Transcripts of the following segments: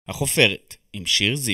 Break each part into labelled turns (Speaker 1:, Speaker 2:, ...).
Speaker 1: החופרת עם שיר זיו.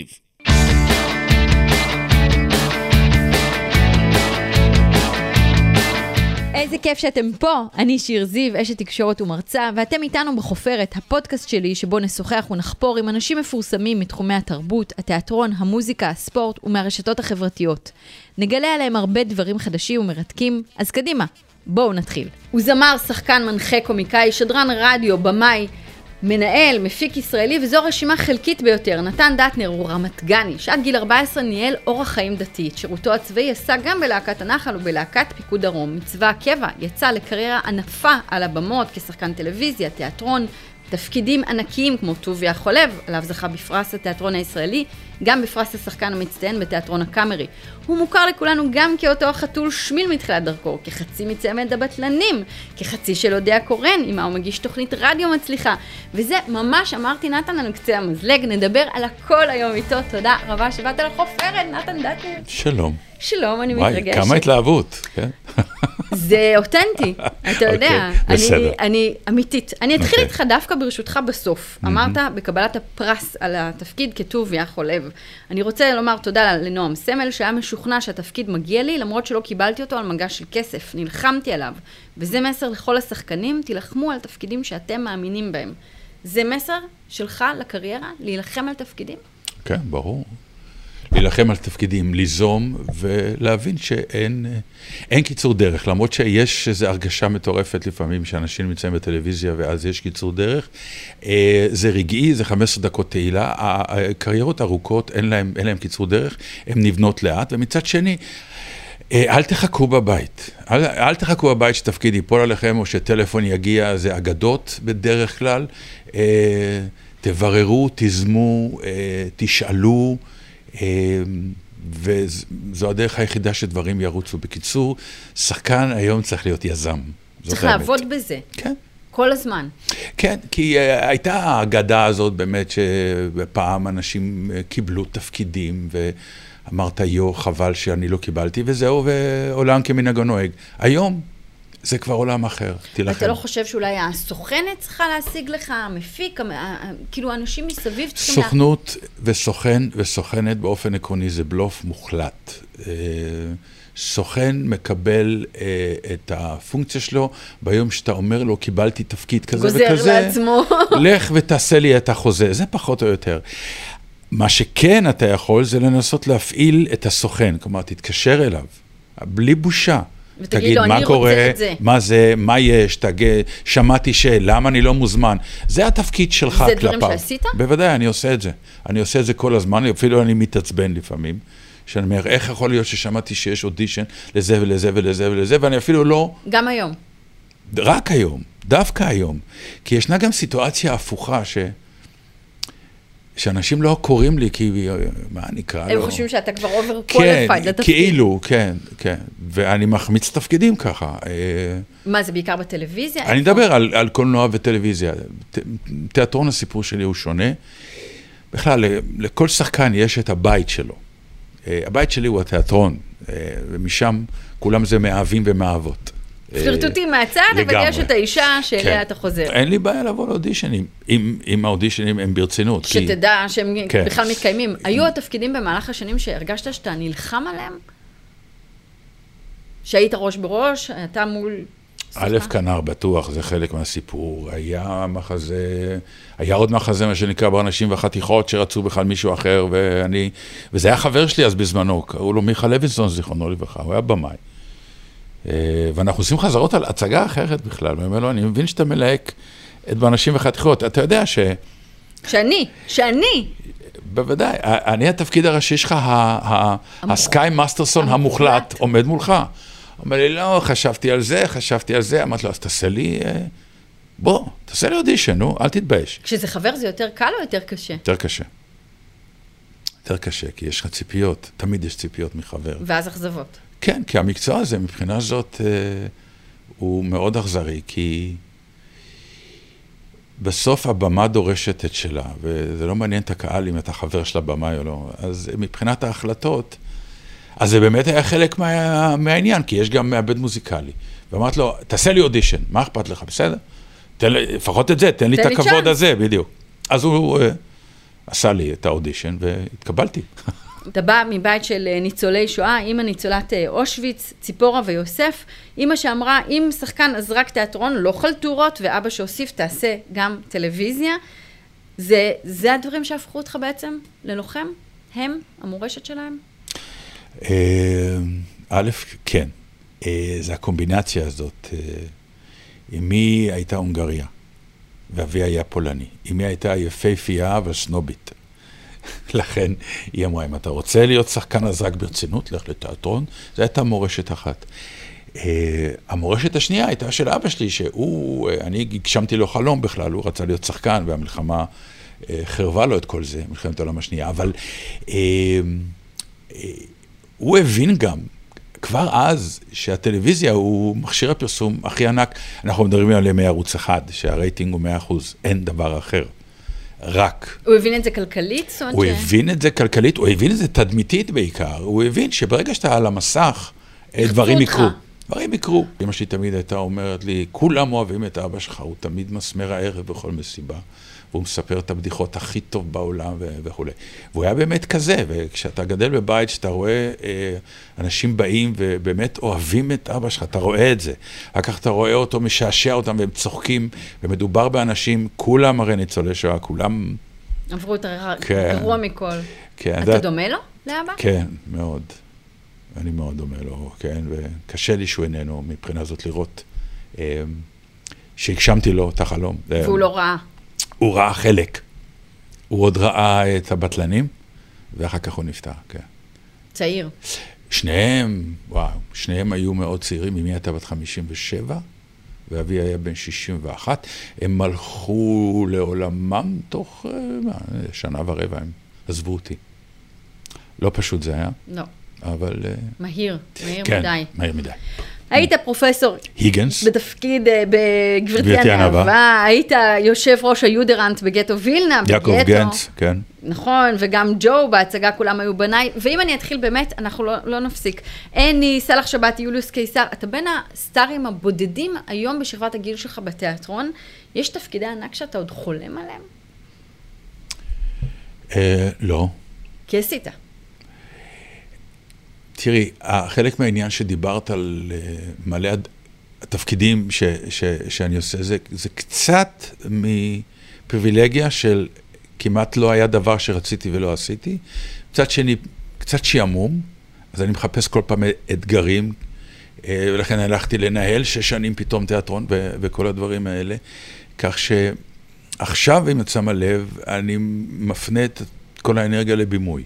Speaker 2: איזה כיף שאתם פה, אני שיר זיו, אשת תקשורת ומרצה, ואתם איתנו בחופרת, הפודקאסט שלי שבו נשוחח ונחפור עם אנשים מפורסמים מתחומי התרבות, התיאטרון, המוזיקה, הספורט ומהרשתות החברתיות. נגלה עליהם הרבה דברים חדשים ומרתקים, אז קדימה, בואו נתחיל. הוא זמר, שחקן, מנחה, קומיקאי, שדרן רדיו, במאי, מנהל, מפיק ישראלי, וזו רשימה חלקית ביותר. נתן דטנר הוא רמת גני, שעד גיל 14 ניהל אורח חיים דתי. את שירותו הצבאי עשה גם בלהקת הנחל ובלהקת פיקוד דרום. מצבא הקבע יצא לקריירה ענפה על הבמות כשחקן טלוויזיה, תיאטרון, תפקידים ענקיים כמו טוביה חולב, עליו זכה בפרס התיאטרון הישראלי, גם בפרס השחקן המצטיין בתיאטרון הקאמרי. הוא מוכר לכולנו גם כאותו החתול שמיל מתחילת דרכו, כחצי מצמד הבטלנים, כחצי של אודיה קורן, עם מה הוא מגיש תוכנית רדיו מצליחה. וזה ממש אמרתי נתן על קצה המזלג, נדבר על הכל היום איתו. תודה רבה שבאת לחופרת, נתן דטנר.
Speaker 3: שלום.
Speaker 2: שלום, אני מתרגשת.
Speaker 3: כמה התלהבות, כן?
Speaker 2: זה אותנטי, אתה יודע.
Speaker 3: בסדר.
Speaker 2: אני אמיתית. אני אתחיל איתך דווקא ברשותך בסוף. אמרת בקבלת הפרס על התפקיד כטוביה חולב. אני רוצה לומר תודה לנועם סמל, שהיה משוכנע שהתפקיד מגיע לי, למרות שלא קיבלתי אותו על מגש של כסף. נלחמתי עליו. וזה מסר לכל השחקנים, תילחמו על תפקידים שאתם מאמינים בהם. זה מסר שלך לקריירה, להילחם על תפקידים?
Speaker 3: כן, ברור. להילחם על תפקידים, ליזום ולהבין שאין קיצור דרך, למרות שיש איזו הרגשה מטורפת לפעמים שאנשים נמצאים בטלוויזיה ואז יש קיצור דרך. זה רגעי, זה 15 דקות תהילה, הקריירות ארוכות אין להם קיצור דרך, הן נבנות לאט, ומצד שני, אל תחכו בבית, אל תחכו בבית שתפקיד ייפול עליכם או שטלפון יגיע, זה אגדות בדרך כלל, תבררו, תזמו, תשאלו, וזו הדרך היחידה שדברים ירוצו. בקיצור, שחקן היום צריך להיות יזם.
Speaker 2: צריך לעבוד בזה.
Speaker 3: כן.
Speaker 2: כל הזמן.
Speaker 3: כן, כי הייתה האגדה הזאת באמת שפעם אנשים קיבלו תפקידים ואמרת חבל שאני לא קיבלתי וזהו, ועולם כמנהגו נוהג. היום זה כבר עולם אחר, תילחם.
Speaker 2: אתה לא חושב שאולי הסוכנת צריכה להשיג לך, המפיק, כאילו אנשים מסביב צריכים...
Speaker 3: סוכנות וסוכן וסוכנת באופן עקרוני זה בלוף מוחלט. סוכן מקבל את הפונקציה שלו, ביום שאתה אומר לו, קיבלתי תפקיד כזה וכזה,
Speaker 2: גוזר לעצמו.
Speaker 3: לך ותעשה לי את החוזה, זה פחות או יותר. מה שכן אתה יכול זה לנסות להפעיל את הסוכן, כלומר תתקשר אליו, בלי בושה. תגיד מה קורה, מה זה, מה יש, תגיד, שמעתי למה אני לא מוזמן. זה התפקיד שלך כלפיו.
Speaker 2: זה דברים שעשית?
Speaker 3: בוודאי, אני עושה את זה. אני עושה את זה כל הזמן, אפילו אני מתעצבן לפעמים. שאני אומר, איך יכול להיות ששמעתי שיש אודישן לזה ולזה ולזה ולזה, ואני אפילו לא...
Speaker 2: גם היום.
Speaker 3: רק היום, דווקא היום. כי ישנה גם סיטואציה הפוכה שאנשים לא קוראים לי, כי מה נקרא לו?
Speaker 2: הם חושבים שאתה כבר אובר קואליפייד לתפקיד.
Speaker 3: כאילו, כן. ואני מחמיץ תפקידים ככה.
Speaker 2: מה, זה בעיקר בטלוויזיה?
Speaker 3: אני מדבר על קולנוע וטלוויזיה. תיאטרון הסיפור שלי הוא שונה. בכלל, לכל שחקן יש את הבית שלו. הבית שלי הוא התיאטרון, ומשם כולם זה מאהבים ומאהבות.
Speaker 2: פלרטוטים מהצד, אבל יש את האישה שאליה אתה חוזר.
Speaker 3: אין לי בעיה לבוא לאודישנים, אם האודישנים הם ברצינות.
Speaker 2: שתדע שהם בכלל מתקיימים. היו התפקידים במהלך השנים שהרגשת שאתה נלחם עליהם? שהיית ראש בראש, אתה מול...
Speaker 3: א' כנר בטוח, זה חלק מהסיפור. היה עוד מחזה, מה שנקרא, באנשים וחתיכות שרצו בכלל מישהו אחר, וזה היה חבר שלי אז בזמנו, קראו לו מיכה לוינסון, זיכרונו לברכה, הוא היה במאי. ואנחנו עושים חזרות על הצגה אחרת בכלל, ואני אומר לו, אני מבין שאתה מלהק את באנשים וחתיכות, אתה יודע
Speaker 2: שאני.
Speaker 3: בוודאי, אני התפקיד הראשי שלך, הסקאי מאסטרסון המוחלט, עומד מולך. אומר לי, לא, חשבתי על זה, אמרת לו, אז תעשה לי, תעשה לי אודישן, אל תתבייש.
Speaker 2: כשזה חבר זה יותר קל או יותר קשה?
Speaker 3: יותר קשה, כי יש לך ציפיות, תמיד יש ציפיות מחבר.
Speaker 2: ואז אכזבות.
Speaker 3: כן, כי המקצוע הזה, מבחינה זאת, הוא מאוד אכזרי, כי בסוף הבמה דורשת את שלה, וזה לא מעניין את הקהל אם אתה חבר של הבמה או לא. אז מבחינת ההחלטות, אז זה באמת היה חלק מהעניין, כי יש גם מעבד מוזיקלי. ואמרת לו, תעשה לי אודישן, מה אכפת לך, בסדר? לפחות את זה, תן לי את הכבוד הזה, בדיוק. אז הוא עשה לי את האודישן והתקבלתי.
Speaker 2: אתה בא מבית של ניצולי שואה, אמא ניצולת אושוויץ, ציפורה ויוסף, אמא שאמרה, אם שחקן אז רק תיאטרון, לא חלטורות, ואבא שהוסיף תעשה גם טלוויזיה. זה הדברים שהפכו אותך בעצם ללוחם? הם, המורשת שלהם?
Speaker 3: א', כן. זה הקומבינציה הזאת. אמי הייתה הונגריה, ואבי היה פולני. אמי הייתה יפהפייה אבל סנובית. לכן היא אמרה, אם אתה רוצה להיות שחקן אז רק ברצינות, לך לתיאטרון. זו הייתה מורשת אחת. המורשת השנייה הייתה של אבא שלי, אני הגשמתי לו חלום בכלל, הוא רצה להיות שחקן, והמלחמה חרבה לו את כל זה, מלחמת העולם השנייה, אבל הוא הבין גם, כבר אז, שהטלוויזיה הוא מכשיר הפרסום הכי ענק, אנחנו מדברים על ימי ערוץ אחד, שהרייטינג הוא 100%, אין דבר אחר. רק.
Speaker 2: הוא הבין את זה כלכלית?
Speaker 3: הוא הבין את זה כלכלית, הוא הבין את זה תדמיתית בעיקר, הוא הבין שברגע שאתה על המסך, דברים יקרו. דברים יקרו. אמא שלי תמיד הייתה אומרת לי, כולם אוהבים את אבא שלך, הוא תמיד מסמר הערב בכל מסיבה, והוא מספר את הבדיחות הכי טוב בעולם וכו'. והוא היה באמת כזה, וכשאתה גדל בבית, שאתה רואה אנשים באים ובאמת אוהבים את אבא שלך, אתה רואה את זה. אחר כך אתה רואה אותו, משעשע אותם והם צוחקים, ומדובר באנשים, כולם הרי ניצולי שואה, כולם...
Speaker 2: עברו את הגרוע מכל.
Speaker 3: כן,
Speaker 2: אתה דומה לו, לאבא?
Speaker 3: כן, מאוד. אני מאוד דומה לו, כן, וקשה לי שהוא איננו מבחינה זאת לראות שהגשמתי לו את החלום.
Speaker 2: והוא לא ראה.
Speaker 3: הוא ראה חלק. הוא עוד ראה את הבטלנים, ואחר כך הוא נפטר, כן.
Speaker 2: צעיר.
Speaker 3: שניהם היו מאוד צעירים, אמי הייתה בת 57, ואבי היה בן 61. הם הלכו לעולמם תוך שנה ורבע, הם עזבו אותי. לא פשוט זה היה.
Speaker 2: לא.
Speaker 3: אבל...
Speaker 2: מהיר מדי.
Speaker 3: כן, מהיר מדי.
Speaker 2: היית פרופסור
Speaker 3: היגנס.
Speaker 2: בתפקיד בגברתי הנאווה, היית יושב ראש היודרנט בגטו וילנה,
Speaker 3: יעקב גנץ, כן.
Speaker 2: נכון, וגם ג'ו בהצגה כולם היו בניי, ואם אני אתחיל באמת, אנחנו לא נפסיק. אני, סלח שבת, יוליוס קיסר, אתה בין הסטארים הבודדים היום בשכבת הגיל שלך בתיאטרון, יש תפקידי ענק שאתה עוד חולם עליהם?
Speaker 3: לא.
Speaker 2: כי עשית.
Speaker 3: תראי, חלק מהעניין שדיברת על מלא התפקידים שאני עושה, זה קצת מפריבילגיה של כמעט לא היה דבר שרציתי ולא עשיתי. קצת שני, קצת שיעמום, אז אני מחפש כל פעם אתגרים, ולכן הלכתי לנהל 6 שנים פתאום תיאטרון וכל הדברים האלה, כך שעכשיו, אם את שמה לב, אני מפנה את כל האנרגיה לבימוי.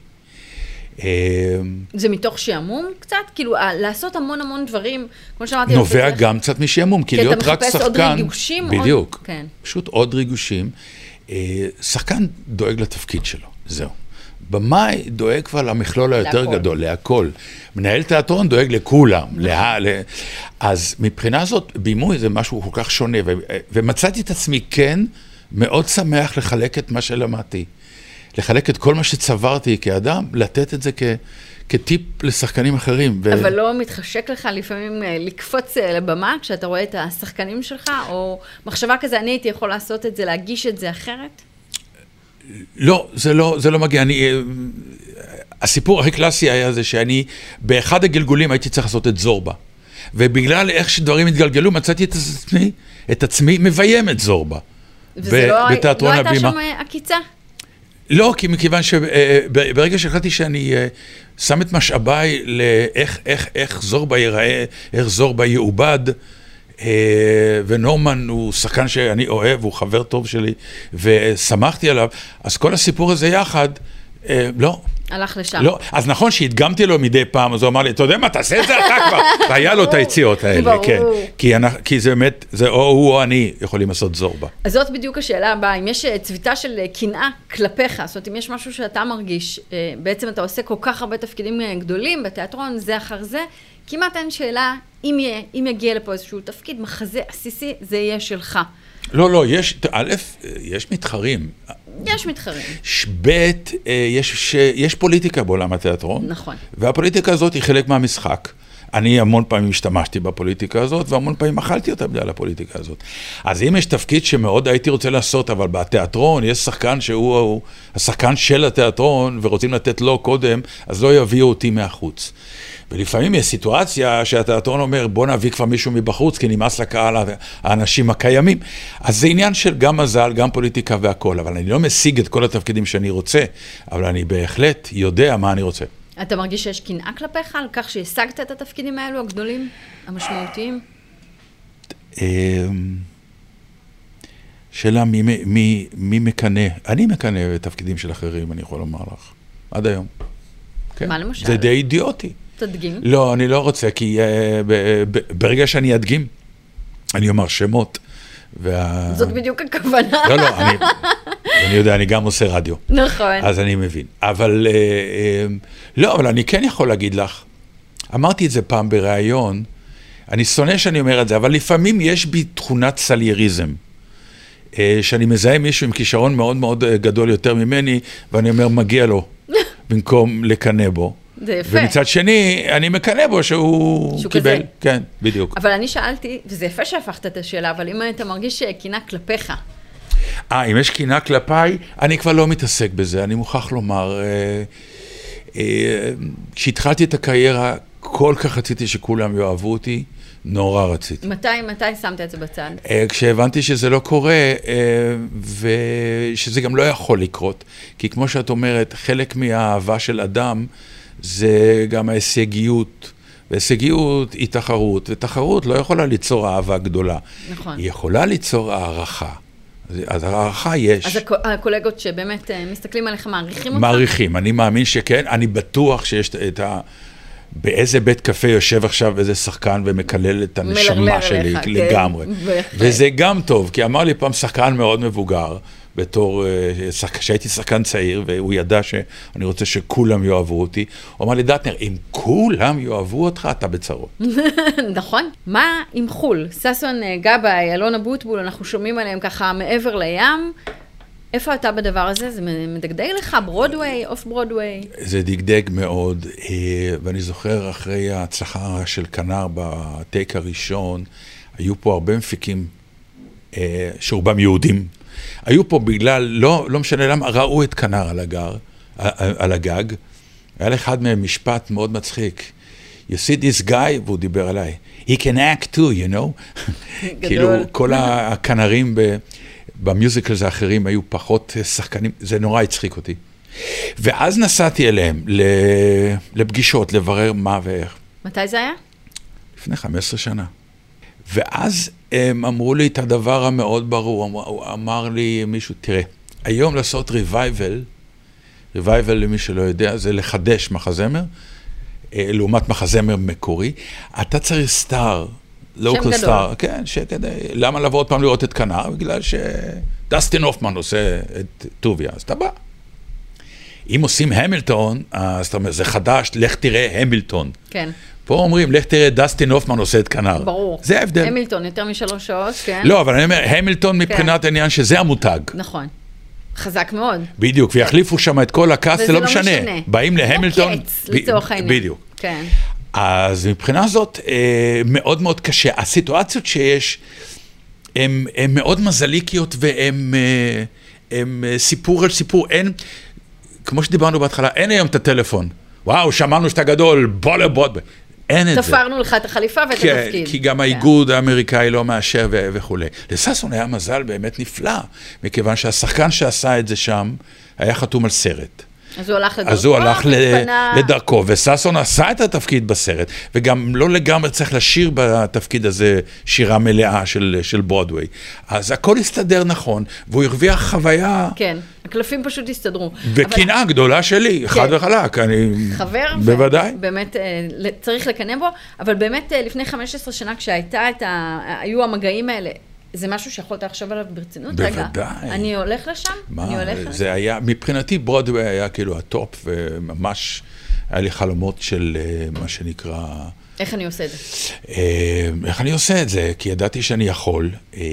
Speaker 2: זה מתוך שעמום קצת? כאילו, לעשות המון דברים, כמו שאמרתי...
Speaker 3: נובע גם קצת משעמום, כי להיות רק שחקן...
Speaker 2: כי אתה מחפש עוד ריגושים?
Speaker 3: בדיוק. פשוט עוד ריגושים. שחקן דואג לתפקיד שלו, זהו. במאי דואג כבר למכלול היותר גדול, להכל. מנהל תיאטרון דואג לכולם. אז מבחינה זאת, בימוי זה משהו כל כך שונה, ומצאתי את עצמי כן מאוד שמח לחלק את מה שלמדתי. לחלק את כל מה שצברתי כאדם, לתת את זה כטיפ לשחקנים אחרים.
Speaker 2: אבל לא מתחשק לך לפעמים לקפוץ לבמה כשאתה רואה את השחקנים שלך, או מחשבה כזה, אני הייתי יכול לעשות את זה, להגיש את זה אחרת?
Speaker 3: לא, זה לא מגיע. הסיפור הכי קלאסי היה זה שאני, באחד הגלגולים הייתי צריך לעשות את זורבה. ובגלל איך שדברים התגלגלו, מצאתי את עצמי מביים את זורבה.
Speaker 2: וזה לא הייתה שם עקיצה?
Speaker 3: לא, כי מכיוון שברגע שהחלטתי שאני שם את משאביי לאיך זורבה ייראה, איך זורבה יעובד, ונורמן הוא שחקן שאני אוהב, הוא חבר טוב שלי, ושמחתי עליו, אז כל הסיפור הזה יחד, לא.
Speaker 2: הלך לשם.
Speaker 3: לא, אז נכון שהתגמתי לו מדי פעם, אז הוא אמר לי, אתה יודע מה, תעשה את זה אתה כבר. והיה לו את היציאות האלה, כן. כי זה באמת, זה או הוא או אני יכולים לעשות זורבה.
Speaker 2: אז זאת בדיוק השאלה הבאה, אם יש צביטה של קנאה כלפיך, זאת אומרת, אם יש משהו שאתה מרגיש, בעצם אתה עושה כל כך הרבה תפקידים גדולים בתיאטרון, זה אחר זה, כמעט אין שאלה, אם יגיע לפה איזשהו תפקיד, מחזה עסיסי, זה יהיה שלך.
Speaker 3: לא, יש מתחרים.
Speaker 2: יש מתחרים.
Speaker 3: יש פוליטיקה בעולם התיאטרון.
Speaker 2: נכון.
Speaker 3: והפוליטיקה הזאת היא חלק מהמשחק. אני המון פעמים השתמשתי בפוליטיקה הזאת, והמון פעמים אכלתי אותה בגלל הפוליטיקה הזאת. אז אם יש תפקיד שמאוד הייתי רוצה לעשות, אבל בתיאטרון יש שחקן שהוא השחקן של התיאטרון, ורוצים לתת לו קודם, אז לא יביאו אותי מהחוץ. ולפעמים יש סיטואציה שהתיאטרון אומר, בוא נביא כבר מישהו מבחוץ, כי נמאס לקהל האנשים הקיימים. אז זה עניין של גם מזל, גם פוליטיקה והכל, אבל אני לא משיג את כל התפקידים שאני רוצה, אבל אני בהחלט יודע מה אני רוצה.
Speaker 2: אתה מרגיש שיש קנאה כלפיך על כך שהשגת את התפקידים האלו הגדולים, המשמעותיים?
Speaker 3: שאלה מי מקנה? אני מקנה תפקידים של אחרים, אני יכול לומר לך. עד היום.
Speaker 2: מה למשל?
Speaker 3: זה די אידיוטי.
Speaker 2: תדגים?
Speaker 3: לא, אני לא רוצה, כי ברגע שאני אדגים, אני אומר שמות.
Speaker 2: זאת בדיוק הכוונה.
Speaker 3: לא, אני יודע, אני גם עושה רדיו.
Speaker 2: נכון.
Speaker 3: אז אני מבין. אבל, לא, אבל אני כן יכול להגיד לך, אמרתי את זה פעם בראיון, אני שונא שאני אומר את זה, אבל לפעמים יש בי תכונת סלייריזם, שאני מזהה מישהו עם כישרון מאוד מאוד גדול יותר ממני, ואני אומר, מגיע לו, במקום לקנא בו.
Speaker 2: זה יפה.
Speaker 3: ומצד שני, אני מקנא בו שהוא קיבל. כזה. כן, בדיוק.
Speaker 2: אבל אני שאלתי, וזה יפה שהפכת את השאלה, אבל אם אתה מרגיש קנאה כלפיך.
Speaker 3: אם יש קנאה כלפיי, אני כבר לא מתעסק בזה. אני מוכרח לומר, כשהתחלתי את הקריירה, כל כך רציתי שכולם יאהבו אותי, נורא רציתי.
Speaker 2: מתי שמת את זה בצד?
Speaker 3: כשהבנתי שזה לא קורה, ושזה גם לא יכול לקרות. כי כמו שאת אומרת, חלק מהאהבה של אדם, זה גם ההישגיות, והישגיות היא תחרות, ותחרות לא יכולה ליצור אהבה גדולה.
Speaker 2: נכון.
Speaker 3: היא יכולה ליצור הערכה. אז הערכה יש.
Speaker 2: אז הקולגות שבאמת מסתכלים עליך, מעריכים אותך?
Speaker 3: מעריכים, אני מאמין שכן, אני בטוח שיש את באיזה בית קפה יושב עכשיו איזה שחקן ומקלל את הנשמה שלי לגמרי. וזה גם טוב, כי אמר לי פעם שחקן מאוד מבוגר, בתור, שהייתי שחקן צעיר, והוא ידע שאני רוצה שכולם יאהבו אותי. הוא אמר לי, דטנר, אם כולם יאהבו אותך, אתה בצרות.
Speaker 2: נכון. מה עם חול? ששון גבאי, אלונה בוטבול, אנחנו שומעים עליהם ככה מעבר לים. איפה אתה בדבר הזה? זה מדגדג לך? ברודווי, אוף ברודווי?
Speaker 3: זה דגדג מאוד, ואני זוכר אחרי ההצלחה של כנר בטייק הראשון, היו פה הרבה מפיקים שרובם יהודים. היו פה בגלל, לא משנה למה, ראו את כנר על הגג. היה לאחד מהם משפט מאוד מצחיק. You see this guy, והוא דיבר עליי. He can act too, you know? כאילו, כל הכנרים במיוזיקלס האחרים היו פחות שחקנים, זה נורא הצחיק אותי. ואז נסעתי אליהם לפגישות, לברר מה ואיך.
Speaker 2: מתי זה היה?
Speaker 3: לפני 15 שנה. ואז הם אמרו לי את הדבר המאוד ברור, הוא אמר לי מישהו, תראה, היום לעשות ריווייבל למי שלא יודע, זה לחדש מחזמר, לעומת מחזמר מקורי, אתה צריך סטאר, לוקל סטאר, כן, למה לבוא עוד פעם לראות את כנר? בגלל שדסטין הופמן עושה את טוביה, אז אתה בא. אם עושים המילטון, אז אתה אומר, זה חדש, לך תראה המילטון.
Speaker 2: כן.
Speaker 3: פה אומרים, לך תראה, דסטין הופמן עושה את כנר.
Speaker 2: ברור.
Speaker 3: זה ההבדל.
Speaker 2: המילטון, יותר מ3 שעות, כן.
Speaker 3: לא, אבל אני אומר, המילטון מבחינת העניין שזה המותג.
Speaker 2: נכון. חזק מאוד.
Speaker 3: בדיוק, ויחליפו שם את כל הקאסט, זה לא משנה. באים להמילטון.
Speaker 2: קץ, לצורך העניין.
Speaker 3: בדיוק.
Speaker 2: כן.
Speaker 3: אז מבחינה זאת, מאוד מאוד קשה. הסיטואציות שיש, הן מאוד מזליקיות, והן סיפור על סיפור. אין, כמו שדיברנו בהתחלה, אין היום את הטלפון. וואו, שמענו שאתה גדול, בוא לבוא. אין את זה.
Speaker 2: תפרנו לך את החליפה ואת התפקיד.
Speaker 3: כי גם האיגוד האמריקאי לא מאשר וכו'. לששון היה מזל באמת נפלא, מכיוון שהשחקן שעשה את זה שם, היה חתום על סרט.
Speaker 2: אז הוא הלך
Speaker 3: לדרכו, וששון עשה את התפקיד בסרט, וגם לא לגמרי צריך לשיר בתפקיד הזה שירה מלאה של ברודווי. אז הכל הסתדר נכון, והוא הרוויח חוויה...
Speaker 2: כן, הקלפים פשוט הסתדרו.
Speaker 3: וקנאה גדולה שלי, חד וחלק, אני...
Speaker 2: חבר,
Speaker 3: בוודאי.
Speaker 2: באמת צריך לקנא בו, אבל באמת לפני 15 שנה היו המגעים האלה, זה משהו שיכולת לחשוב עליו ברצינות?
Speaker 3: בוודאי.
Speaker 2: רגע, אני הולך לשם?
Speaker 3: זה היה, מבחינתי ברודווי היה כאילו הטופ, וממש היה לי חלומות של מה שנקרא...
Speaker 2: איך אני עושה את זה?
Speaker 3: איך אני עושה את זה? כי ידעתי שאני יכול,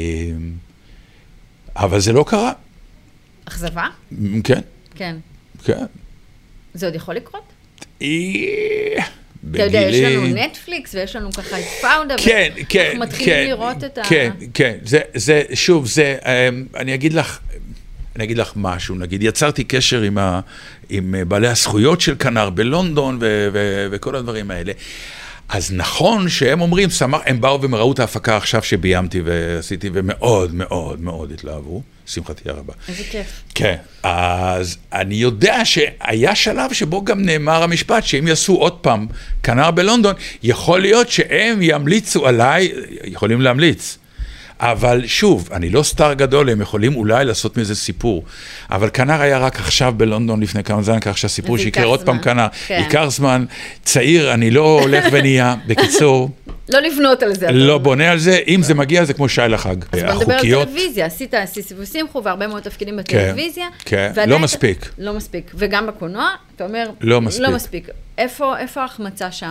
Speaker 3: אבל זה לא קרה.
Speaker 2: אכזבה?
Speaker 3: כן.
Speaker 2: כן.
Speaker 3: כן.
Speaker 2: זה עוד יכול לקרות? אתה יודע, יש לנו נטפליקס ויש לנו ככה את פאודה, ואנחנו מתחילים לראות את ה...
Speaker 3: כן, זה, שוב, זה, אני אגיד לך משהו, נגיד, יצרתי קשר עם בעלי הזכויות של כנר בלונדון וכל הדברים האלה. אז נכון שהם אומרים, הם באו ומראו את ההפקה עכשיו שביימתי ועשיתי, ומאוד מאוד מאוד התלהבו, שמחתי הרבה.
Speaker 2: איזה כיף.
Speaker 3: כן, אז אני יודע שהיה שלב שבו גם נאמר המשפט, שאם יעשו עוד פעם כנר בלונדון, יכול להיות שהם ימליצו עליי, יכולים להמליץ. אבל שוב, אני לא סטאר גדול, הם יכולים אולי לעשות מזה סיפור. אבל כנר היה רק עכשיו בלונדון לפני כמה זמן, כך שהסיפור שיקרה עוד פעם כנר. עיקר זמן, צעיר, אני לא הולך ונהיה, בקיצור.
Speaker 2: לא לבנות על זה.
Speaker 3: לא בונה על זה, אם זה מגיע זה כמו שי לחג.
Speaker 2: אז בוא נדבר על טלוויזיה, עשית סיבוסימחו והרבה מאוד תפקידים בטלוויזיה.
Speaker 3: כן, לא מספיק.
Speaker 2: לא מספיק. וגם בקולנוע, אתה אומר,
Speaker 3: לא מספיק.
Speaker 2: לא מספיק. איפה ההחמצה שם?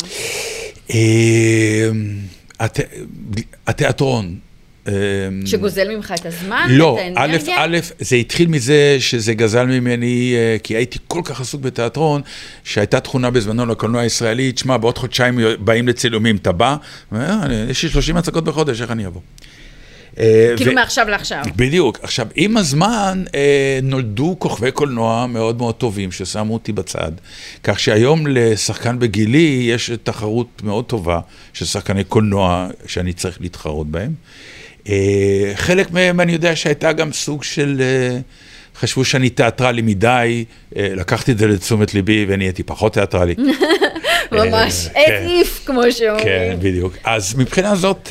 Speaker 3: התיאטרון.
Speaker 2: שגוזל ממך את הזמן,
Speaker 3: לא,
Speaker 2: את האנרגיה?
Speaker 3: א', זה התחיל מזה שזה גזל ממני, כי הייתי כל כך עסוק בתיאטרון, שהייתה תכונה בזמנו לקולנוע הישראלי, תשמע, בעוד חודשיים באים לצילומים, אתה בא, יש לי 30 הצגות בחודש, איך אני אבוא?
Speaker 2: כאילו מעכשיו לעכשיו.
Speaker 3: בדיוק. עכשיו, עם הזמן נולדו כוכבי קולנוע מאוד מאוד טובים, ששמו אותי בצד, כך שהיום לשחקן בגילי יש תחרות מאוד טובה, של שחקני קולנוע שאני צריך להתחרות בהם. חלק מהם אני יודע שהייתה גם סוג של, חשבו שאני תיאטרלי מדי, לקחתי את זה לתשומת ליבי ונהייתי פחות תיאטרלי.
Speaker 2: ממש, איף כמו שאומרים.
Speaker 3: כן, בדיוק. אז מבחינה זאת,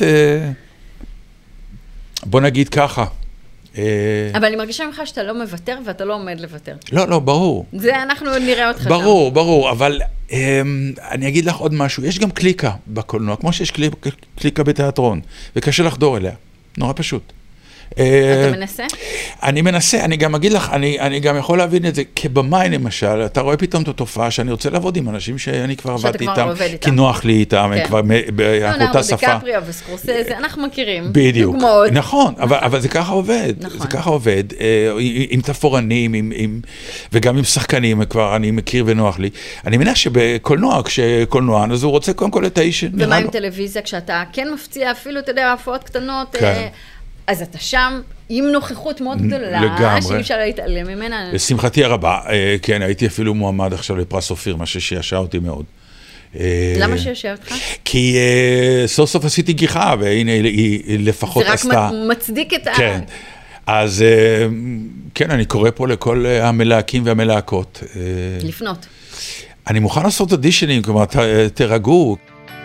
Speaker 3: בוא נגיד ככה.
Speaker 2: אבל אני מרגישה ממך שאתה לא מוותר ואתה לא עומד לוותר.
Speaker 3: לא, ברור.
Speaker 2: זה אנחנו נראה אותך שם.
Speaker 3: ברור, אבל אני אגיד לך עוד משהו, יש גם קליקה בקולנוע, כמו שיש קליקה בתיאטרון, וקשה לחדור אליה. נורא פשוט.
Speaker 2: אתה מנסה?
Speaker 3: אני מנסה, אני גם אגיד לך, אני גם יכול להבין את זה, כבמאי למשל, אתה רואה פתאום את התופעה שאני רוצה לעבוד עם אנשים שאני כבר עבדתי איתם, כי נוח לי איתם, הם כבר באותה שפה.
Speaker 2: דיקפריו וסקורסזה, אנחנו מכירים.
Speaker 3: בדיוק, נכון, אבל זה ככה עובד, זה ככה עובד, עם תפורנים, וגם עם שחקנים, כבר אני מכיר ונוח לי. אני מניח שבקולנוע, כשקולנוען, אז הוא רוצה קודם כל את האיש.
Speaker 2: ומה עם טלוויזיה, כשאתה כן מפציע, אפילו, אתה יודע, הפרעות קטנות, אז אתה שם עם נוכחות מאוד גדולה, שאי אפשר להתעלם ממנה.
Speaker 3: לשמחתי הרבה, כן, הייתי אפילו מועמד עכשיו לפרס אופיר, מה ששישע אותי מאוד.
Speaker 2: למה שישע אותך?
Speaker 3: כי סוף סוף עשיתי גיחה, והנה היא לפחות עשתה.
Speaker 2: זה רק מצדיק את ה...
Speaker 3: כן, אז כן, אני קורא פה לכל המלהקים והמלהקות.
Speaker 2: לפנות.
Speaker 3: אני מוכן לעשות אודישנים, כלומר, תרגעו.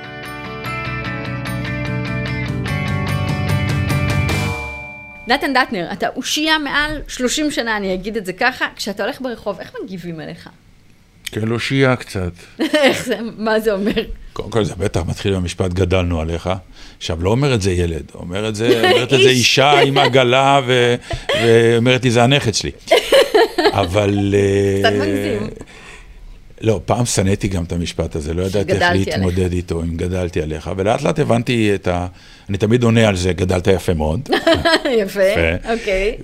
Speaker 2: נתן דטנר, אתה אושייה מעל 30 שנה, אני אגיד את זה ככה, כשאתה הולך ברחוב, איך מגיבים עליך?
Speaker 3: כן, אושייה קצת.
Speaker 2: איך זה? מה זה אומר?
Speaker 3: קודם כל זה בטח מתחיל במשפט, גדלנו עליך. עכשיו, לא אומר את זה ילד, אומרת את זה אישה עם עגלה, ואומרת לי, זה הנכד שלי. אבל...
Speaker 2: קצת מגזים.
Speaker 3: לא, פעם שנאתי גם את המשפט הזה, לא ידעתי איך להתמודד איתו, אם גדלתי עליך, ולאט לאט הבנתי את ה... אני תמיד עונה על זה, גדלת יפה מאוד.
Speaker 2: יפה, אוקיי.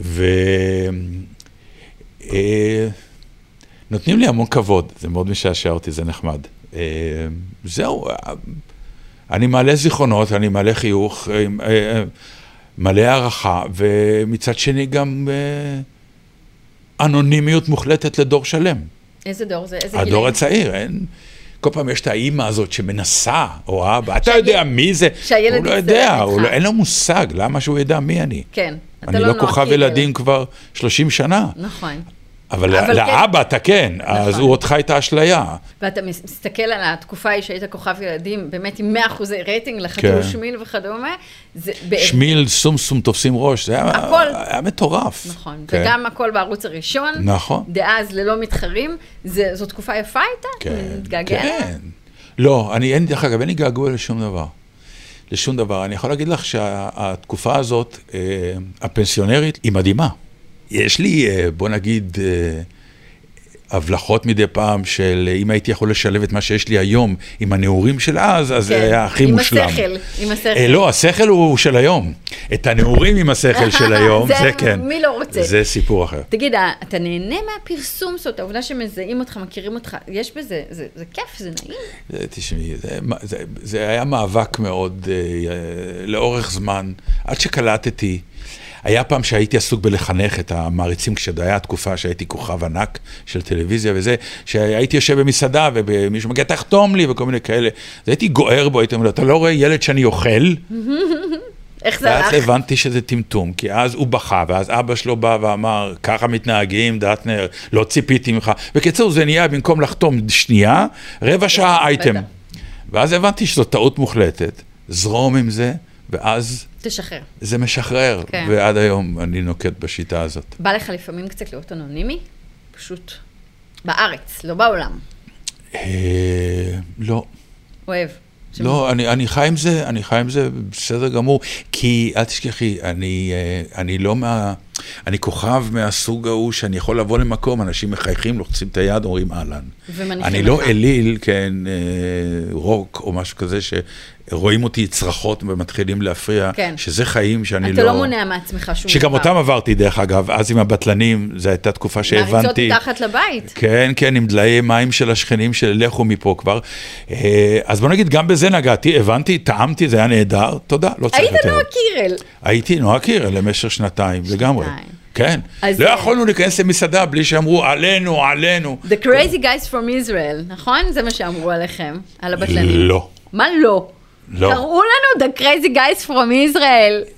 Speaker 3: נותנים לי המון כבוד, זה מאוד משעשע אותי, זה נחמד. זהו, אני מעלה זיכרונות, אני מעלה חיוך, מלא הערכה, ומצד שני גם אנונימיות מוחלטת לדור שלם.
Speaker 2: איזה דור זה? איזה גילים?
Speaker 3: הדור הצעיר, אין... כל פעם יש את האימא הזאת שמנסה, או האבא, אתה יודע מי זה? הוא לא יודע, אין לו מושג, למה שהוא ידע מי אני?
Speaker 2: כן.
Speaker 3: אני לא כוכב ילדים כבר 30 שנה.
Speaker 2: נכון.
Speaker 3: אבל לאבא אתה כן, אז הוא עוד חי את האשליה.
Speaker 2: ואתה מסתכל על התקופה היא שהיית כוכב ילדים, באמת עם 100% רייטינג, לחתול שמיל וכדומה.
Speaker 3: שמיל, סום תופסים ראש, זה היה מטורף.
Speaker 2: נכון, וגם הכל בערוץ הראשון.
Speaker 3: נכון.
Speaker 2: דאז ללא מתחרים, זו תקופה יפה הייתה?
Speaker 3: כן.
Speaker 2: מתגעגע?
Speaker 3: כן. לא, דרך אגב, אין לי געגוע לשום דבר. לשום דבר. אני יכול להגיד לך שהתקופה הזאת, הפנסיונרית, היא מדהימה. יש לי, בוא נגיד, הבלחות מדי פעם של אם הייתי יכול לשלב את מה שיש לי היום עם הנעורים של אז, אז זה היה הכי מושלם.
Speaker 2: עם השכל.
Speaker 3: לא, השכל הוא של היום. את הנעורים עם השכל של היום, זה כן.
Speaker 2: מי לא רוצה?
Speaker 3: זה סיפור אחר.
Speaker 2: תגיד, אתה נהנה מהפרסום, זאת העובדה שמזהים אותך, מכירים אותך, יש בזה, זה כיף, זה נעים?
Speaker 3: תשמעי, זה היה מאבק מאוד לאורך זמן, עד שקלטתי. היה פעם שהייתי עסוק בלחנך את המעריצים, כשעוד היה התקופה שהייתי כוכב ענק של טלוויזיה וזה, שהייתי יושב במסעדה ומישהו מגיע, תחתום לי וכל מיני כאלה. אז הייתי גוער בו, הייתי אומר, אתה לא רואה ילד שאני אוכל?
Speaker 2: איך זה
Speaker 3: ואז הבנתי שזה טמטום, כי אז הוא בכה, ואז אבא שלו בא ואמר, ככה מתנהגים, דטנר, לא ציפיתי ממך. בקיצור, זה נהיה במקום לחתום שנייה, רבע שעה אייטם. ואז הבנתי שזו טעות מוחלטת, זרום עם זה, ואז
Speaker 2: תשחרר.
Speaker 3: זה משחרר,
Speaker 2: כן.
Speaker 3: ועד היום אני נוקט בשיטה הזאת.
Speaker 2: בא לך לפעמים קצת להיות אנונימי? פשוט בארץ, לא בעולם.
Speaker 3: לא.
Speaker 2: אוהב.
Speaker 3: לא, אני חי עם זה בסדר גמור, כי אל תשכחי, אני לא אני כוכב מהסוג ההוא שאני יכול לבוא למקום, אנשים מחייכים, לוחצים את היד, אומרים אהלן. אני לא אליל, כן, רוק או משהו כזה, שרואים אותי צרחות ומתחילים להפריע, שזה חיים שאני לא...
Speaker 2: אתה לא מונע מעצמך שום
Speaker 3: שגם אותם עברתי, דרך אגב, אז עם הבטלנים, זו הייתה תקופה שהבנתי...
Speaker 2: מעריצות מתחת לבית.
Speaker 3: כן, כן, עם דלאי מים של השכנים של לכו מפה כבר. אז בוא נגיד, גם בזה נגעתי, הבנתי, טעמתי, זה היה נהדר, תודה, לא צריך יותר.
Speaker 2: היית נועה קירל.
Speaker 3: הייתי נועה קירל למשך שנתיים, לגמרי. כן, לא יכולנו להיכנס למסעדה בלי שאמרו עלינו, עלינו.
Speaker 2: The crazy guys from Israel, נכון? זה מה שאמרו עליכם, על הבטלנים.
Speaker 3: לא.
Speaker 2: מה לא?
Speaker 3: לא.
Speaker 2: קראו לנו the crazy guys from Israel.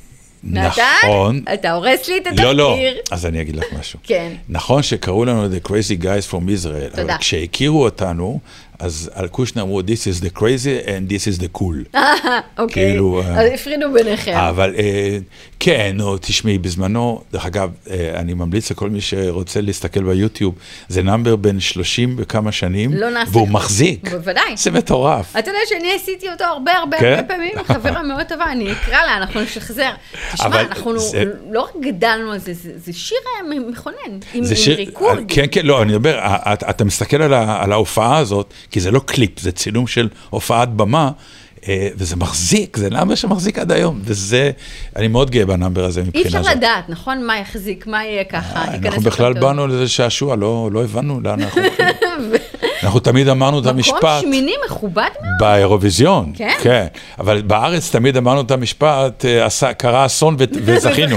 Speaker 3: נכון.
Speaker 2: אתה הורס לי את התחקיר.
Speaker 3: לא, לא, אז אני אגיד לך משהו.
Speaker 2: כן.
Speaker 3: נכון שקראו לנו the crazy guys from Israel,
Speaker 2: תודה.
Speaker 3: אבל כשהכירו אותנו, אז על קושנר אמרו, this is the crazy and this is the cool.
Speaker 2: אוקיי, אז הפרידו ביניכם.
Speaker 3: אבל כן, תשמעי, בזמנו, דרך אגב, אני ממליץ לכל מי שרוצה להסתכל ביוטיוב, זה נאמבר בין 30 וכמה שנים, והוא מחזיק.
Speaker 2: בוודאי.
Speaker 3: זה מטורף.
Speaker 2: אתה יודע שאני עשיתי אותו הרבה פעמים, חברה מאוד טובה, אני אקרא לה, אנחנו נשחזר. תשמע, אנחנו לא רק גדלנו על זה, זה שיר מכונן, עם ריקוד.
Speaker 3: כן, כן, לא, אני מדבר, אתה מסתכל על ההופעה הזאת, כי זה לא קליפ, זה צילום של הופעת במה, וזה מחזיק, זה נאמבר שמחזיק עד היום, וזה, אני מאוד גאה בנאמבר הזה מבחינה זאת.
Speaker 2: אי אפשר לדעת, נכון? מה יחזיק, מה יהיה ככה,
Speaker 3: אנחנו בכלל באנו לזה שעשוע, לא הבנו לאן אנחנו הולכים. אנחנו תמיד אמרנו את המשפט.
Speaker 2: מקום שמיני מכובד מאוד.
Speaker 3: באירוויזיון,
Speaker 2: כן.
Speaker 3: כן. אבל בארץ תמיד אמרנו את המשפט, קרה אסון וזכינו.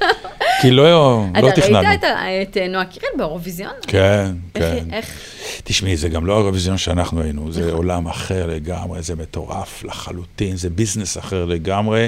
Speaker 3: כי לא תכננו.
Speaker 2: אתה ראית את נועה קירל באירוויזיון?
Speaker 3: כן, כן.
Speaker 2: איך?
Speaker 3: תשמעי, זה גם לא האירוויזיון שאנחנו היינו, זה עולם אחר לגמרי, זה מטורף לחלוטין, זה ביזנס אחר לגמרי,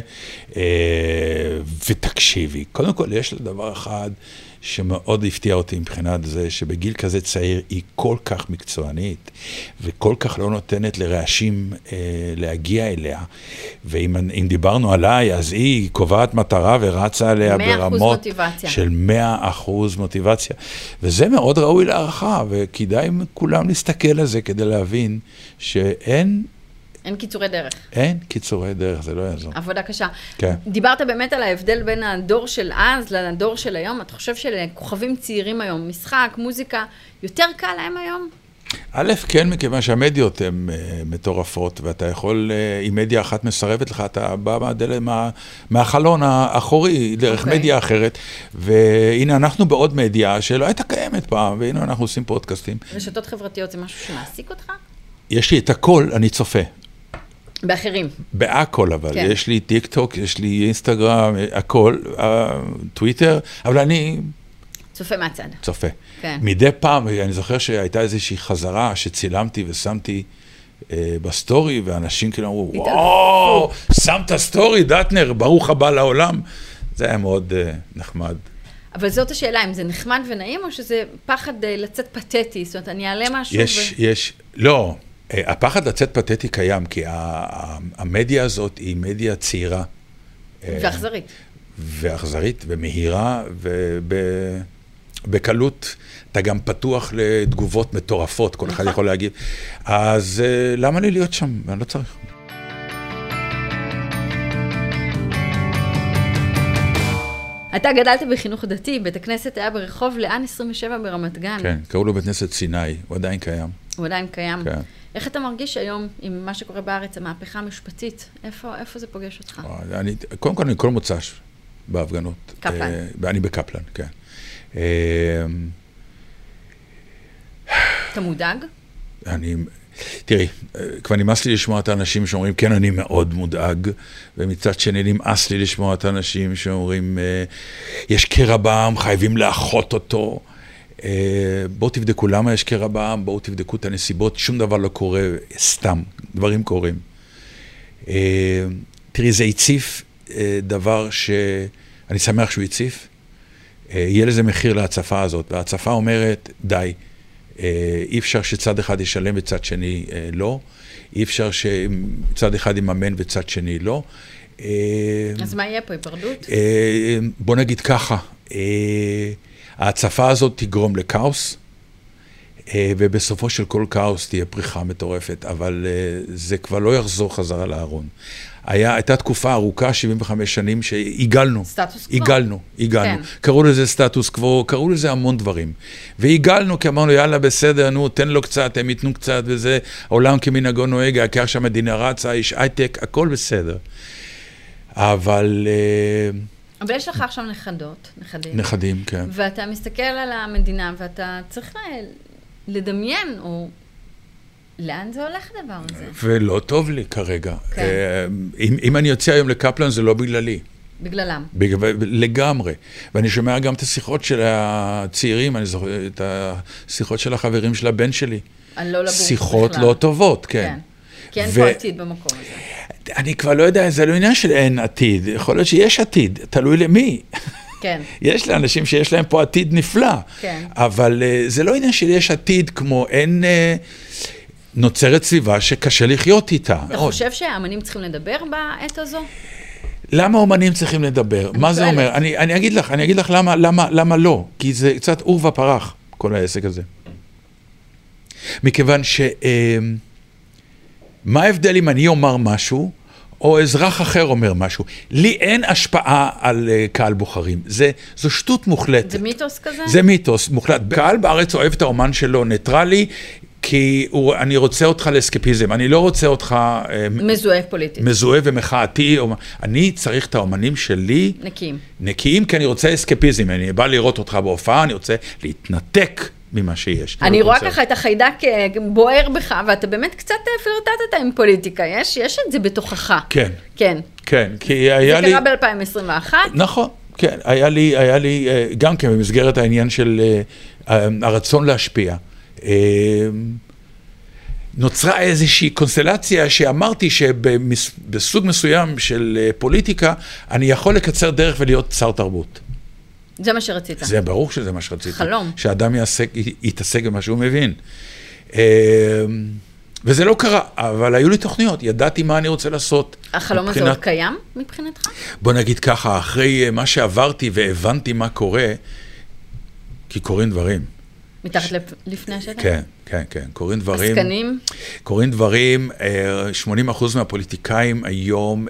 Speaker 3: ותקשיבי, קודם כל יש לדבר אחד שמאוד הפתיע אותי מבחינת זה, שבגיל כזה צעיר היא כל כך מקצוענית, וכל כך לא נותנת לרעשים להגיע אליה, ואם דיברנו עליי, אז היא קובעת מטרה ורצה עליה ברמות של 100% מוטיבציה, וזה מאוד ראוי להערכה, וכדאי כולם להסתכל על זה כדי להבין שאין
Speaker 2: קיצורי דרך.
Speaker 3: אין קיצורי דרך, זה לא יעזור.
Speaker 2: עבודה קשה.
Speaker 3: כן.
Speaker 2: דיברת באמת על ההבדל בין הדור של אז לדור של היום. אתה חושב שלכוכבים צעירים היום, משחק, מוזיקה, יותר קל להם היום?
Speaker 3: א', כן, מכיוון שהמדיות הן מטורפות, ואתה יכול, אם מדיה אחת מסרבת לך, אתה בא מהחלון האחורי, דרך מדיה אחרת, והנה אנחנו בעוד מדיה שלא הייתה קיימת פעם, והנה אנחנו עושים פודקאסטים.
Speaker 2: רשתות חברתיות זה משהו שמעסיק אותך?
Speaker 3: יש לי את הכל, אני צופה.
Speaker 2: באחרים.
Speaker 3: בהכל, אבל כן. יש לי טיק טוק, יש לי אינסטגרם, הכל, טוויטר, אבל אני...
Speaker 2: צופה מהצד.
Speaker 3: צופה.
Speaker 2: כן.
Speaker 3: מדי פעם, אני זוכר שהייתה איזושהי חזרה שצילמתי ושמתי בסטורי, ואנשים כאילו אמרו, וואו, שמת סטורי, דטנר, ברוך הבא לעולם. זה היה מאוד נחמד.
Speaker 2: אבל זאת השאלה, אם זה נחמד ונעים, או שזה פחד לצאת פתטי? זאת אומרת, אני אעלה משהו
Speaker 3: לא. הפחד לצאת פתטי קיים, כי המדיה הזאת היא מדיה צעירה.
Speaker 2: ואכזרית.
Speaker 3: ואכזרית, ומהירה, ובקלות. אתה גם פתוח לתגובות מטורפות, כל אחד יכול להגיד. אז למה לי להיות שם? אני לא צריך.
Speaker 2: אתה גדלת בחינוך דתי, בית הכנסת היה ברחוב לאן 27 ברמת גן.
Speaker 3: כן, קראו לו בית כנסת סיני, הוא עדיין קיים.
Speaker 2: הוא עדיין קיים.
Speaker 3: כן.
Speaker 2: איך אתה מרגיש היום עם מה שקורה בארץ, המהפכה המשפטית? איפה זה פוגש אותך?
Speaker 3: קודם כל, אני כל מוצ"ש בהפגנות.
Speaker 2: קפלן.
Speaker 3: אני בקפלן, כן.
Speaker 2: אתה מודאג?
Speaker 3: תראי, כבר נמאס לי לשמוע את האנשים שאומרים, כן, אני מאוד מודאג, ומצד שני נמאס לי לשמוע את האנשים שאומרים, יש קרע בעם, חייבים לאחות אותו. בואו תבדקו למה יש קרע בעם, בואו תבדקו את הנסיבות, שום דבר לא קורה, סתם, דברים קורים. תראי, זה הציף דבר שאני שמח שהוא הציף. יהיה לזה מחיר להצפה הזאת, וההצפה אומרת, די, אי אפשר שצד אחד ישלם וצד שני לא, אי אפשר שצד אחד יממן וצד שני לא.
Speaker 2: אז מה יהיה פה, היפרדות?
Speaker 3: בוא נגיד ככה, ההצפה הזאת תגרום לכאוס, ובסופו של כל כאוס תהיה פריחה מטורפת, אבל זה כבר לא יחזור חזרה לארון. הייתה תקופה ארוכה, 75 שנים, שהיגלנו.
Speaker 2: סטטוס קוו.
Speaker 3: היגלנו.
Speaker 2: כן.
Speaker 3: קראו לזה סטטוס קוו, קראו לזה המון דברים. והיגלנו, כי אמרנו, יאללה, בסדר, נו, תן לו קצת, הם ייתנו קצת, וזה, העולם כמנהגו נוהג, העיקר שהמדינה רצה, איש הייטק, הכל בסדר. אבל
Speaker 2: יש לך עכשיו נכדים.
Speaker 3: נכדים, כן.
Speaker 2: ואתה מסתכל על המדינה, ואתה צריך לדמיין, או לאן זה הולך הדבר הזה?
Speaker 3: ולא טוב לי כרגע.
Speaker 2: כן.
Speaker 3: אם אני יוצא היום לקפלן, זה לא בגללי.
Speaker 2: בגללם.
Speaker 3: לגמרי. ואני שומע גם את השיחות של הצעירים, אני זוכר את השיחות של החברים של הבן שלי.
Speaker 2: על לא לבוא
Speaker 3: שיחות
Speaker 2: בכלל.
Speaker 3: לא טובות, כן.
Speaker 2: כן. כי אין פה עתיד במקום הזה.
Speaker 3: אני כבר לא יודע, זה לא עניין של אין עתיד. יכול להיות שיש עתיד, תלוי למי.
Speaker 2: כן.
Speaker 3: יש לאנשים שיש להם פה עתיד נפלא.
Speaker 2: כן.
Speaker 3: אבל זה לא עניין של יש עתיד כמו אין נוצרת סביבה שקשה לחיות איתה.
Speaker 2: אתה חושב שהאמנים צריכים לדבר בעת הזו?
Speaker 3: למה אומנים צריכים לדבר? מה זה אומר? אני אגיד לך למה לא. כי זה קצת עור ופרח, כל העסק הזה. מכיוון מה ההבדל אם אני אומר משהו, או אזרח אחר אומר משהו? לי אין השפעה על קהל בוחרים. זו שטות מוחלטת.
Speaker 2: זה מיתוס כזה?
Speaker 3: זה מיתוס מוחלט. קהל בארץ אוהב את האומן שלו ניטרלי, כי אני רוצה אותך לאסקפיזם, אני לא רוצה אותך
Speaker 2: מזוהה פוליטית.
Speaker 3: מזוהה ומחאתי. אני צריך את האומנים שלי נקיים, כי אני רוצה אסקפיזם. אני בא לראות אותך בהופעה, אני רוצה להתנתק ממה שיש.
Speaker 2: אני רואה ככה את החיידק בוער בך, ואתה באמת קצת פלרטטת עם פוליטיקה. יש את זה בתוכך.
Speaker 3: כן.
Speaker 2: כן.
Speaker 3: כן, כי היה לי...
Speaker 2: זה קרה ב-2021?
Speaker 3: נכון, כן. היה לי גם כן במסגרת העניין של הרצון להשפיע. נוצרה איזושהי קונסטלציה שאמרתי שבסוג מסוים של פוליטיקה, אני יכול לקצר דרך ולהיות שר תרבות.
Speaker 2: זה מה שרצית.
Speaker 3: זה ברור שזה מה שרציתי.
Speaker 2: חלום.
Speaker 3: שאדם יתעסק במה שהוא מבין. וזה לא קרה, אבל היו לי תוכניות, ידעתי מה אני רוצה לעשות.
Speaker 2: החלום הזה עוד קיים מבחינתך?
Speaker 3: בוא נגיד ככה, אחרי מה שעברתי והבנתי מה קורה, כי קורים דברים.
Speaker 2: מתחת לפני השטח?
Speaker 3: כן, כן, כן. קוראים דברים.
Speaker 2: עסקנים?
Speaker 3: קוראים דברים, 80% מהפוליטיקאים היום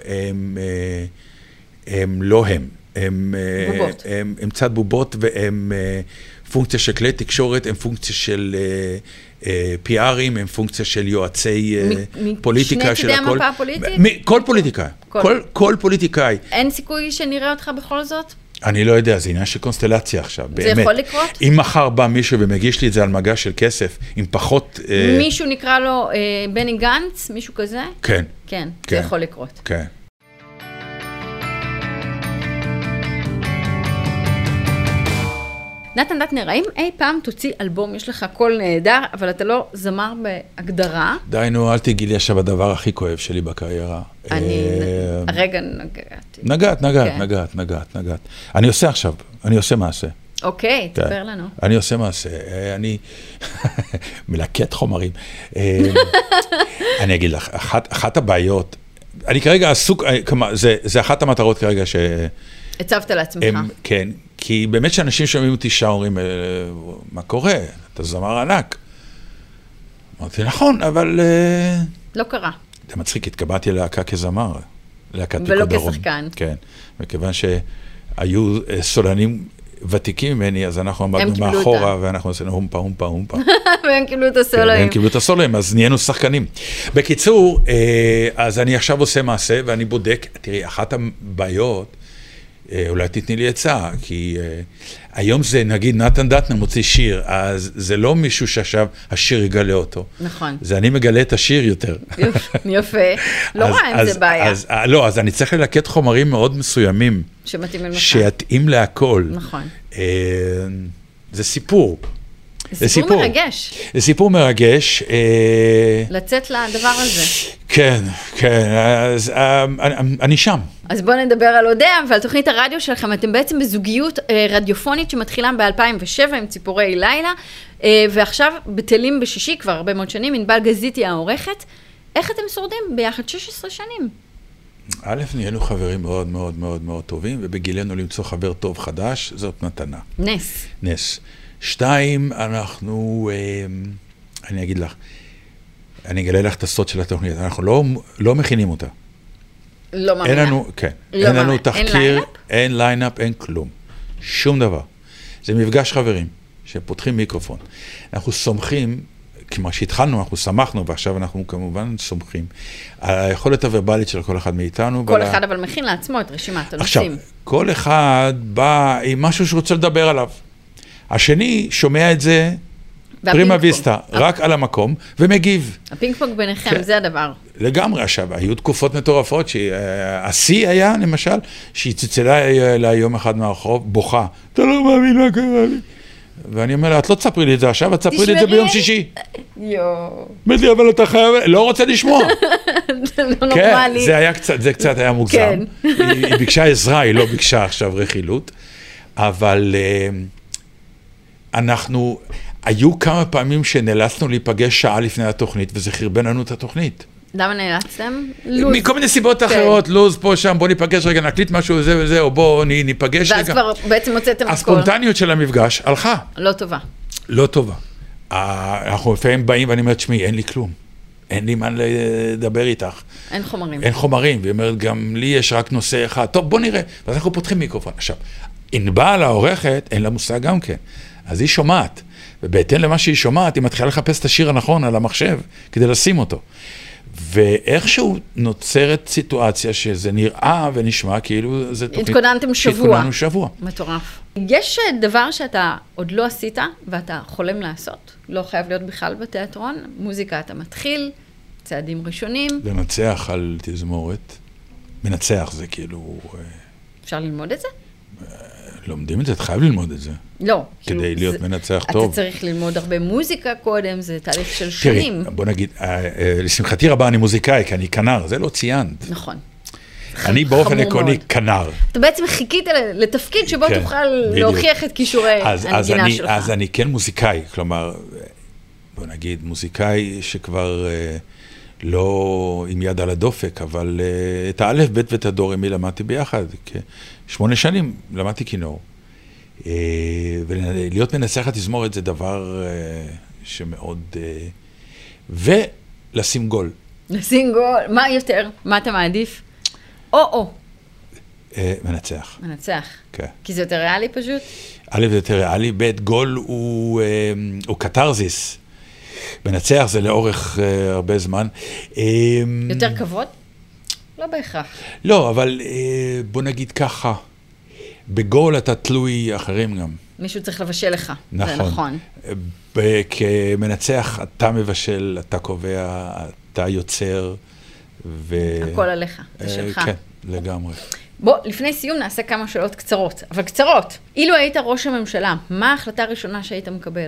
Speaker 3: הם לא הם.
Speaker 2: בובות.
Speaker 3: הם קצת בובות והם פונקציה של כלי תקשורת, הם פונקציה של PRים, הם פונקציה של יועצי פוליטיקה של הכל.
Speaker 2: משני צידי המפה הפוליטית?
Speaker 3: כל פוליטיקאי. כל פוליטיקאי.
Speaker 2: אין סיכוי שנראה אותך בכל זאת?
Speaker 3: אני לא יודע, זה עניין של קונסטלציה עכשיו, באמת.
Speaker 2: זה יכול לקרות?
Speaker 3: אם מחר בא מישהו ומגיש לי את זה על מגע של כסף, עם פחות...
Speaker 2: מישהו נקרא לו בני גנץ, מישהו כזה?
Speaker 3: כן.
Speaker 2: כן, זה יכול לקרות.
Speaker 3: כן.
Speaker 2: נתן דטנר, האם אי פעם תוציא אלבום, יש לך קול נהדר, אבל אתה לא זמר בהגדרה?
Speaker 3: די, נו, אל תגיעי לי עכשיו הדבר הכי כואב שלי בקריירה.
Speaker 2: הרגע
Speaker 3: נגעת. אני עושה עכשיו, אני עושה מעשה.
Speaker 2: אוקיי, תספר לנו.
Speaker 3: אני עושה מעשה, אני מלקט חומרים. אני אגיד לך, אחת הבעיות, אני כרגע עסוק, זה אחת המטרות כרגע ש...
Speaker 2: הצבת לעצמך.
Speaker 3: כן, כי באמת שאנשים שומעים אותי אומרים, מה קורה? אתה זמר ענק. אמרתי, נכון, אבל...
Speaker 2: לא קרה.
Speaker 3: זה מצחיק, התקבעתי ללהקה כזמר, להקת
Speaker 2: ולא כשחקן.
Speaker 3: כן, מכיוון היו סולנים ותיקים ממני, אז אנחנו עמדנו מאחורה, ואנחנו עשינו הומפה, הומפה, הומפה.
Speaker 2: והם קיבלו את הסולואים.
Speaker 3: והם קיבלו את הסולואים, אז נהיינו שחקנים. בקיצור, אז אני עכשיו עושה מעשה, ואני בודק, תראי, אחת הבעיות, אולי תתני לי עצה, כי היום זה, נגיד, נתן דטנר מוציא שיר, אז זה לא מישהו שעכשיו השיר יגלה אותו.
Speaker 2: נכון.
Speaker 3: זה אני מגלה את השיר יותר.
Speaker 2: יפה. לא רואה אם זה בעיה.
Speaker 3: לא, אז אני צריך ללקט חומרים מאוד מסוימים.
Speaker 2: שמתאימים לך.
Speaker 3: שיתאים להכל.
Speaker 2: נכון.
Speaker 3: זה סיפור.
Speaker 2: זה סיפור מרגש.
Speaker 3: זה סיפור מרגש.
Speaker 2: לצאת לדבר הזה.
Speaker 3: כן, כן, אז אני שם.
Speaker 2: אז בואו נדבר על אודיה ועל תוכנית הרדיו שלכם. אתם בעצם בזוגיות רדיופונית שמתחילה ב-2007 עם ציפורי לילה, ועכשיו בטלים בשישי כבר הרבה מאוד שנים, ענבל גזיתי העורכת. איך אתם שורדים ביחד 16 שנים?
Speaker 3: א', נהיינו חברים מאוד מאוד מאוד מאוד טובים, ובגילנו למצוא חבר טוב חדש, זאת מתנה.
Speaker 2: נס.
Speaker 3: נס. 2, אנחנו, אני אגיד לך, אני אגלה לך את הסוד של התוכנית, אנחנו לא מכינים אותה.
Speaker 2: לא מאמינה.
Speaker 3: אין לנו, כן.
Speaker 2: לא
Speaker 3: אין לנו
Speaker 2: מאמין.
Speaker 3: תחקיר, אין ליינאפ, אין כלום. שום דבר. זה מפגש חברים, שפותחים מיקרופון. אנחנו סומכים, כמו שהתחלנו, אנחנו שמחנו, ועכשיו אנחנו כמובן סומכים, על היכולת הוורבלית של כל אחד מאיתנו.
Speaker 2: כל אחד אבל מכין לעצמו את רשימת הנושאים.
Speaker 3: עכשיו, כל אחד בא עם משהו שרוצה לדבר עליו. השני שומע את זה פרימה ויסטה, רק על המקום, ומגיב.
Speaker 2: הפינג פונג ביניכם, זה הדבר.
Speaker 3: לגמרי. עכשיו, היו תקופות מטורפות, השיא היה, למשל, שהיא צלצלה אליי יום אחד מהרחוב, בוכה. אתה לא מאמין מה קרה לי. ואני אומר לה, את לא תספרי לי את זה עכשיו, את תספרי לי את זה ביום שישי.
Speaker 2: יואו.
Speaker 3: אמרתי לי, אבל אתה חייב, לא רוצה לשמוע.
Speaker 2: זה לא נורמלי.
Speaker 3: כן, זה קצת היה מוגזם. היא ביקשה עזרה, היא לא ביקשה עכשיו רכילות, אבל אנחנו, היו כמה פעמים שנאלצנו להיפגש שעה לפני התוכנית, וזה חרבן לנו את התוכנית.
Speaker 2: למה נאלצתם? לוז.
Speaker 3: מכל מיני סיבות אחרות, לוז פה, שם, בוא ניפגש רגע, נקליט משהו וזה וזה, או בוא ניפגש רגע.
Speaker 2: ואז כבר בעצם הוצאתם הכל.
Speaker 3: הספונטניות של המפגש הלכה.
Speaker 2: לא טובה.
Speaker 3: לא טובה. אנחנו לפעמים באים ואני אומרת, שמי, אין לי כלום. אין לי מה לדבר איתך.
Speaker 2: אין חומרים.
Speaker 3: אין חומרים, והיא אומרת, גם לי יש רק נושא אחד. טוב, בוא נראה. ואז אנחנו פותחים מיקרופון. עכשיו, ענבל העורכת, אין לה מושג גם כן. אז היא שומעת, ובהתאם למה שהיא שומעת, היא מתחילה לחפש את השיר הנכון על המחשב, כדי לשים אותו. ואיכשהו נוצרת סיטואציה שזה נראה ונשמע כאילו זה תוכנית...
Speaker 2: התכוננתם שבוע.
Speaker 3: שהתכוננו שבוע.
Speaker 2: מטורף. יש דבר שאתה עוד לא עשית ואתה חולם לעשות? לא חייב להיות בכלל בתיאטרון. מוזיקה אתה מתחיל, צעדים ראשונים.
Speaker 3: לנצח על תזמורת. מנצח זה כאילו...
Speaker 2: אפשר ללמוד את זה?
Speaker 3: לומדים את זה, אתה חייב ללמוד את זה.
Speaker 2: לא.
Speaker 3: כדי להיות מנצח טוב.
Speaker 2: אתה צריך ללמוד הרבה מוזיקה קודם, זה תהליך של שנים.
Speaker 3: תראי, בוא נגיד, לשמחתי רבה אני מוזיקאי, כי אני כנר, זה לא ציינת.
Speaker 2: נכון.
Speaker 3: אני באופן עקרוני כנר.
Speaker 2: אתה בעצם חיכית לתפקיד שבו תוכל להוכיח את כישורי הנגינה שלך.
Speaker 3: אז אני כן מוזיקאי, כלומר, בוא נגיד, מוזיקאי שכבר לא עם יד על הדופק, אבל את האלף, בית ואת הדור, מי למדתי ביחד. 8 שנים למדתי כינור. ולהיות מנצח התזמורת זה דבר שמאוד... ולשים גול.
Speaker 2: לשים גול, מה יותר? מה אתה מעדיף? או.
Speaker 3: מנצח.
Speaker 2: מנצח.
Speaker 3: כן.
Speaker 2: כי זה יותר ריאלי פשוט?
Speaker 3: א' זה יותר ריאלי, ב' גול הוא קטרזיס. מנצח זה לאורך הרבה זמן.
Speaker 2: יותר כבוד? לא בהכרח.
Speaker 3: לא, אבל בוא נגיד ככה, בגול אתה תלוי אחרים גם.
Speaker 2: מישהו צריך לבשל לך,
Speaker 3: נכון.
Speaker 2: זה נכון.
Speaker 3: כמנצח אתה מבשל, אתה קובע, אתה יוצר.
Speaker 2: הכל עליך, זה שלך.
Speaker 3: כן, לגמרי.
Speaker 2: בוא, לפני סיום נעשה כמה שאלות קצרות, אבל קצרות. אילו היית ראש הממשלה, מה ההחלטה הראשונה שהיית מקבל?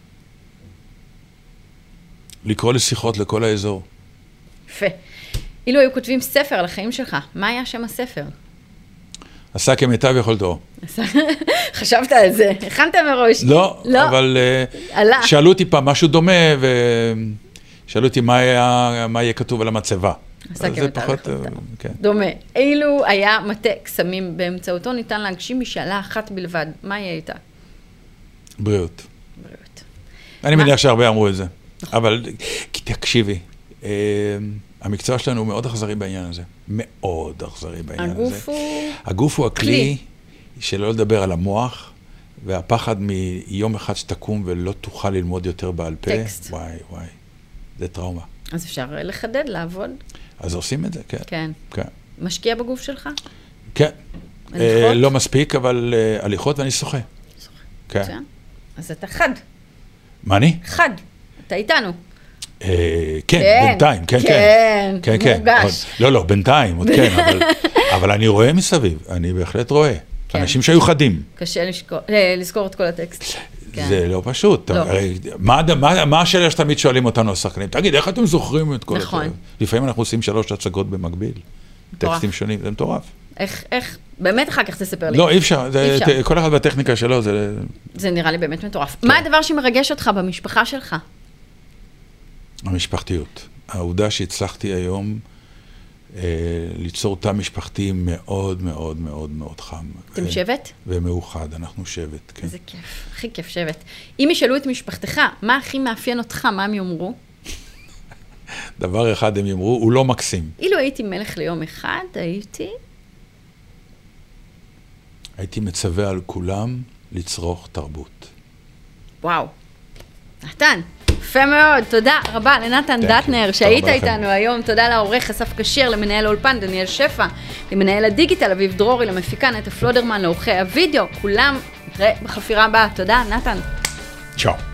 Speaker 3: לקרוא לשיחות לכל האזור.
Speaker 2: יפה. אילו היו כותבים ספר על החיים שלך, מה היה שם הספר?
Speaker 3: עשה כמיטב יכולתו.
Speaker 2: חשבת על זה, הכנת מראש.
Speaker 3: לא, אבל שאלו אותי פעם משהו דומה, ושאלו אותי מה יהיה כתוב על המצבה.
Speaker 2: עשה כמיטב יכולתו. דומה. אילו היה מטה קסמים באמצעותו ניתן להגשים משאלה אחת בלבד, מה יהיה איתה?
Speaker 3: בריאות. אני מניח שהרבה אמרו את זה. אבל תקשיבי, המקצוע שלנו הוא מאוד אכזרי בעניין הזה. מאוד אכזרי בעניין הזה.
Speaker 2: הגוף הוא...
Speaker 3: הגוף הוא הכלי שלא לדבר על המוח, והפחד מיום אחד שתקום ולא תוכל ללמוד יותר בעל פה.
Speaker 2: טקסט.
Speaker 3: וואי, זה טראומה.
Speaker 2: אז אפשר לחדד, לעבוד.
Speaker 3: אז עושים את זה, כן.
Speaker 2: כן.
Speaker 3: כן.
Speaker 2: משקיע בגוף שלך?
Speaker 3: כן.
Speaker 2: הליכות?
Speaker 3: לא מספיק, אבל הליכות ואני שוחה. כן.
Speaker 2: מצוין. אז אתה חד.
Speaker 3: מה אני?
Speaker 2: חד. אתה איתנו.
Speaker 3: כן, בינתיים, כן.
Speaker 2: מורגש.
Speaker 3: לא, בינתיים, עוד כן, אבל אני רואה מסביב, אני בהחלט רואה.
Speaker 2: כן.
Speaker 3: אנשים שהיו חדים.
Speaker 2: קשה לזכור את כל הטקסט. כן.
Speaker 3: זה לא פשוט.
Speaker 2: לא.
Speaker 3: מה השאלה שתמיד שואלים אותנו השחקנים? תגיד, איך אתם זוכרים את כל
Speaker 2: נכון.
Speaker 3: השאלה? לפעמים אנחנו עושים 3 הצגות במקביל. טקסטים שונים, זה מטורף.
Speaker 2: איך, באמת אחר כך תספר לי.
Speaker 3: לא, אי אפשר. כל אחד בטכניקה שלו,
Speaker 2: זה נראה לי באמת מטורף. מה הדבר שמרגש אותך במשפחה שלך?
Speaker 3: המשפחתיות. העובדה שהצלחתי היום ליצור תא משפחתי מאוד מאוד מאוד מאוד חם.
Speaker 2: אתם שבט?
Speaker 3: ומאוחד, אנחנו שבט, כן.
Speaker 2: איזה כיף, הכי כיף שבט. אם ישאלו את משפחתך, מה הכי מאפיין אותך, מה הם יאמרו?
Speaker 3: דבר אחד הם יאמרו, הוא לא מקסים.
Speaker 2: אילו הייתי מלך ליום אחד,
Speaker 3: הייתי מצווה על כולם לצרוך תרבות.
Speaker 2: וואו. נתן, יפה מאוד, תודה רבה לנתן דטנר שהיית איתנו היום, תודה לעורך אסף כשר, למנהל האולפן דניאל שפע, למנהל הדיגיטל אביב דרורי, למפיקה נטע פלודרמן, לעורכי הוידאו, כולם נתראה בחפירה הבאה, תודה נתן.
Speaker 3: צ'או.